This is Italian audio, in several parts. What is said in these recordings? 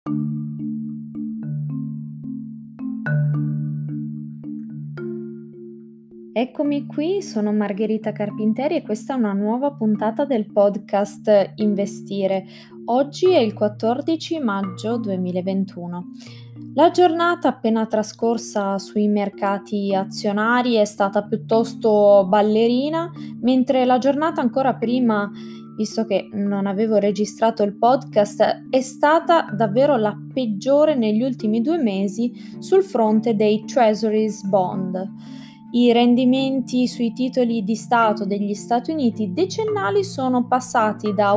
Eccomi qui, sono Margherita Carpinteri e questa è una nuova puntata del podcast Investire. Oggi è il 14 maggio 2021. La giornata appena trascorsa sui mercati azionari è stata piuttosto ballerina, mentre la giornata ancora prima, visto che non avevo registrato il podcast, è stata davvero la peggiore negli ultimi 2 mesi sul fronte dei Treasuries Bond. I rendimenti sui titoli di Stato degli Stati Uniti decennali sono passati da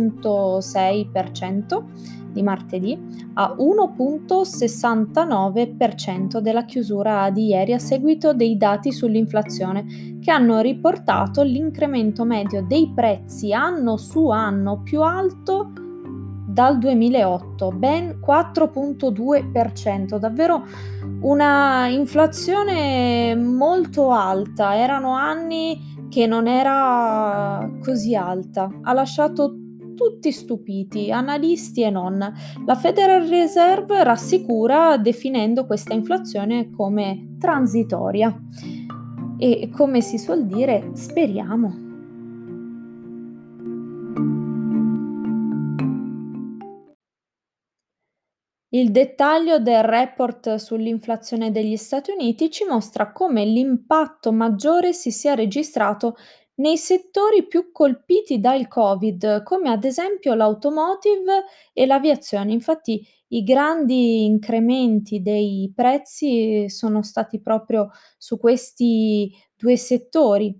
1,6% di martedì a 1,69% della chiusura di ieri a seguito dei dati sull'inflazione che hanno riportato l'incremento medio dei prezzi anno su anno più alto dal 2008, ben 4,2%, davvero una inflazione molto alta. Erano anni che non era così alta. Ha lasciato tutti stupiti, analisti e non. La Federal Reserve rassicura definendo questa inflazione come transitoria. E come si suol dire, speriamo. Il dettaglio del report sull'inflazione degli Stati Uniti ci mostra come l'impatto maggiore si sia registrato nei settori più colpiti dal Covid, come ad esempio l'automotive e l'aviazione. Infatti, i grandi incrementi dei prezzi sono stati proprio su questi due settori.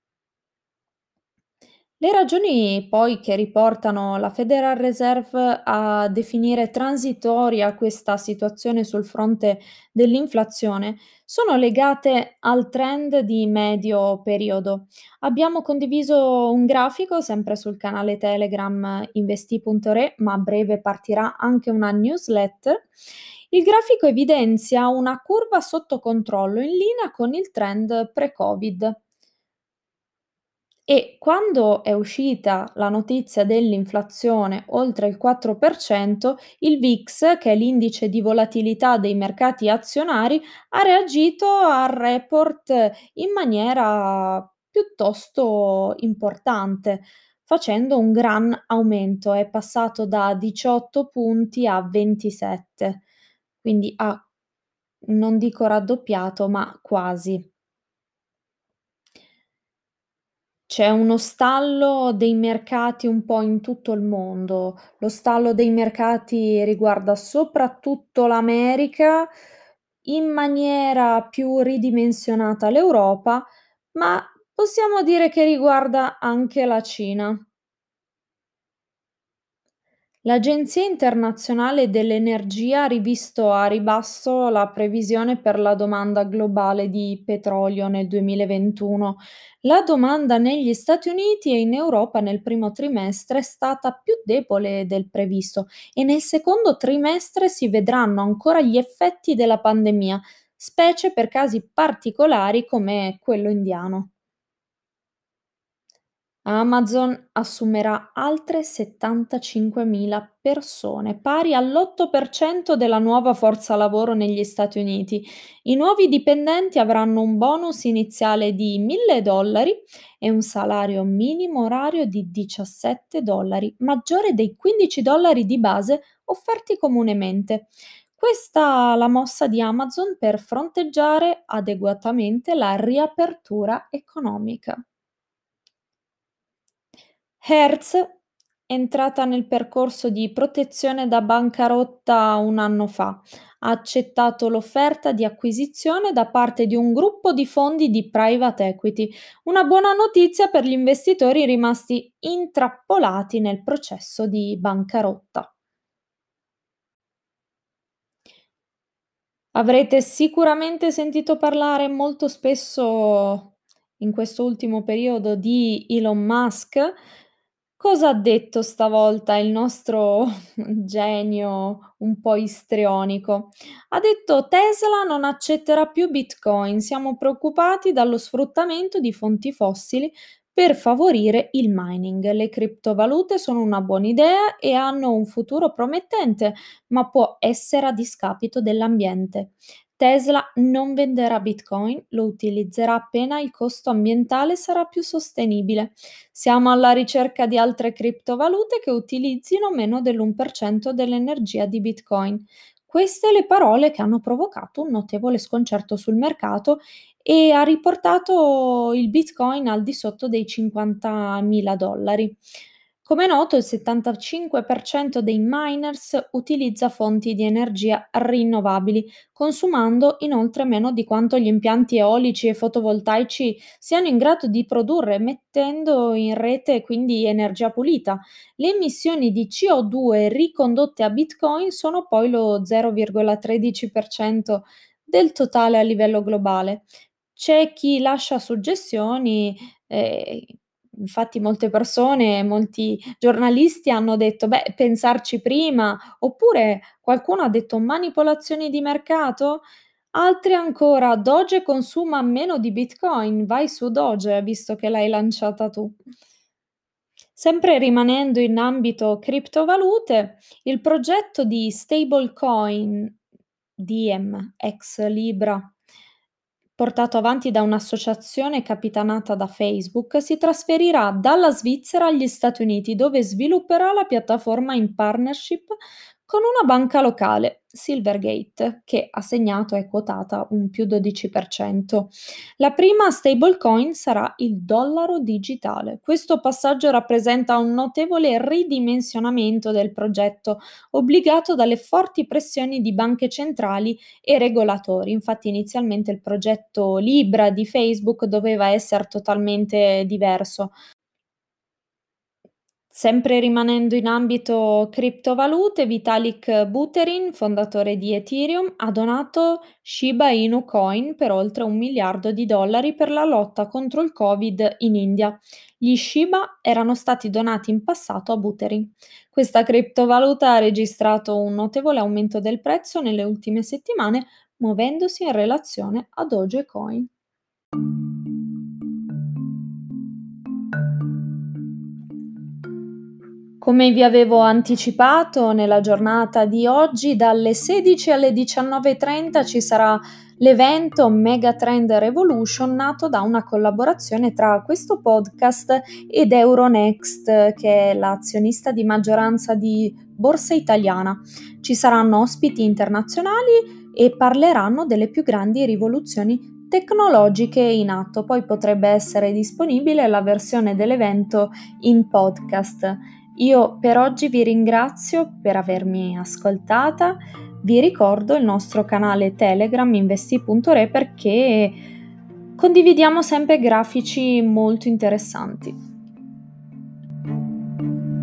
Le ragioni poi che riportano la Federal Reserve a definire transitoria questa situazione sul fronte dell'inflazione sono legate al trend di medio periodo. Abbiamo condiviso un grafico sempre sul canale Telegram investi.re, ma a breve partirà anche una newsletter. Il grafico evidenzia una curva sotto controllo in linea con il trend pre-Covid. E quando è uscita la notizia dell'inflazione oltre il 4%, il VIX, che è l'indice di volatilità dei mercati azionari, ha reagito al report in maniera piuttosto importante, facendo un gran aumento. È passato da 18 punti a 27, quindi ha, non dico raddoppiato, ma quasi. C'è uno stallo dei mercati un po' in tutto il mondo. Lo stallo dei mercati riguarda soprattutto l'America, in maniera più ridimensionata l'Europa, ma possiamo dire che riguarda anche la Cina. L'Agenzia internazionale dell'energia ha rivisto a ribasso la previsione per la domanda globale di petrolio nel 2021. La domanda negli Stati Uniti e in Europa nel primo trimestre è stata più debole del previsto e nel secondo trimestre si vedranno ancora gli effetti della pandemia, specie per casi particolari come quello indiano. Amazon assumerà altre 75.000 persone, pari all'8% della nuova forza lavoro negli Stati Uniti. I nuovi dipendenti avranno un bonus iniziale di $1.000 e un salario minimo orario di $17, maggiore dei $15 di base offerti comunemente. Questa è la mossa di Amazon per fronteggiare adeguatamente la riapertura economica. Hertz, entrata nel percorso di protezione da bancarotta un anno fa, ha accettato l'offerta di acquisizione da parte di un gruppo di fondi di private equity, una buona notizia per gli investitori rimasti intrappolati nel processo di bancarotta. Avrete sicuramente sentito parlare molto spesso in questo ultimo periodo di Elon Musk. Cosa ha detto stavolta il nostro genio un po' istrionico? Ha detto: Tesla non accetterà più Bitcoin, siamo preoccupati dallo sfruttamento di fonti fossili per favorire il mining. Le criptovalute sono una buona idea e hanno un futuro promettente, ma può essere a discapito dell'ambiente. Tesla non venderà Bitcoin, lo utilizzerà appena il costo ambientale sarà più sostenibile. Siamo alla ricerca di altre criptovalute che utilizzino meno dell'1% dell'energia di Bitcoin. Queste le parole che hanno provocato un notevole sconcerto sul mercato e ha riportato il Bitcoin al di sotto dei 50.000 dollari. Come è noto, il 75% dei miners utilizza fonti di energia rinnovabili, consumando inoltre meno di quanto gli impianti eolici e fotovoltaici siano in grado di produrre, mettendo in rete quindi energia pulita. Le emissioni di CO2 ricondotte a Bitcoin sono poi lo 0,13% del totale a livello globale. C'è chi lascia suggestioni, infatti molte persone, molti giornalisti hanno detto: "Beh, pensarci prima", oppure qualcuno ha detto: "Manipolazioni di mercato?" Altri ancora: "Doge consuma meno di Bitcoin, vai su Doge, visto che l'hai lanciata tu." Sempre rimanendo in ambito criptovalute, il progetto di stablecoin Diem, ex Libra, portato avanti da un'associazione capitanata da Facebook, si trasferirà dalla Svizzera agli Stati Uniti, dove svilupperà la piattaforma in partnership con una banca locale, Silvergate, che ha segnato e quotata un più 12%. La prima stablecoin sarà il dollaro digitale. Questo passaggio rappresenta un notevole ridimensionamento del progetto, obbligato dalle forti pressioni di banche centrali e regolatori. Infatti inizialmente il progetto Libra di Facebook doveva essere totalmente diverso. Sempre rimanendo in ambito criptovalute, Vitalik Buterin, fondatore di Ethereum, ha donato Shiba Inu Coin per oltre 1 miliardo di dollari per la lotta contro il Covid in India. Gli Shiba erano stati donati in passato a Buterin. Questa criptovaluta ha registrato un notevole aumento del prezzo nelle ultime settimane, muovendosi in relazione a Dogecoin. Come vi avevo anticipato, nella giornata di oggi dalle 16 alle 19:30 ci sarà l'evento Megatrend Revolution, nato da una collaborazione tra questo podcast ed Euronext, che è l'azionista di maggioranza di Borsa Italiana. Ci saranno ospiti internazionali e parleranno delle più grandi rivoluzioni tecnologiche in atto. Poi potrebbe essere disponibile la versione dell'evento in podcast. Io per oggi vi ringrazio per avermi ascoltata. Vi ricordo il nostro canale Telegram investi.re perché condividiamo sempre grafici molto interessanti.